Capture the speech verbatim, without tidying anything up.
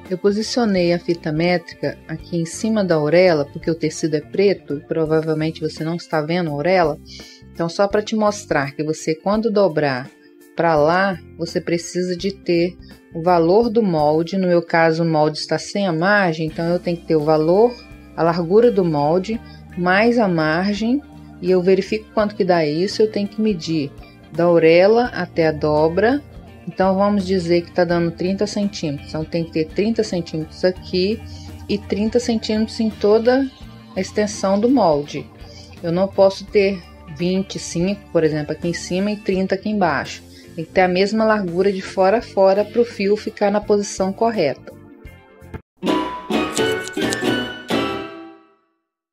Eu posicionei a fita métrica aqui em cima da orelha, porque o tecido é preto e provavelmente você não está vendo a orelha. Então, só para te mostrar que você, quando dobrar para lá, você precisa de ter o valor do molde. No meu caso, o molde está sem a margem, então eu tenho que ter o valor, a largura do molde, mais a margem, e eu verifico quanto que dá isso. Eu tenho que medir da orelha até a dobra. Então, vamos dizer que está dando trinta centímetros. Então, tem que ter trinta centímetros aqui e trinta centímetros em toda a extensão do molde. Eu não posso ter vinte e cinco, por exemplo, aqui em cima e trinta aqui embaixo. Tem que ter a mesma largura de fora a fora para o fio ficar na posição correta.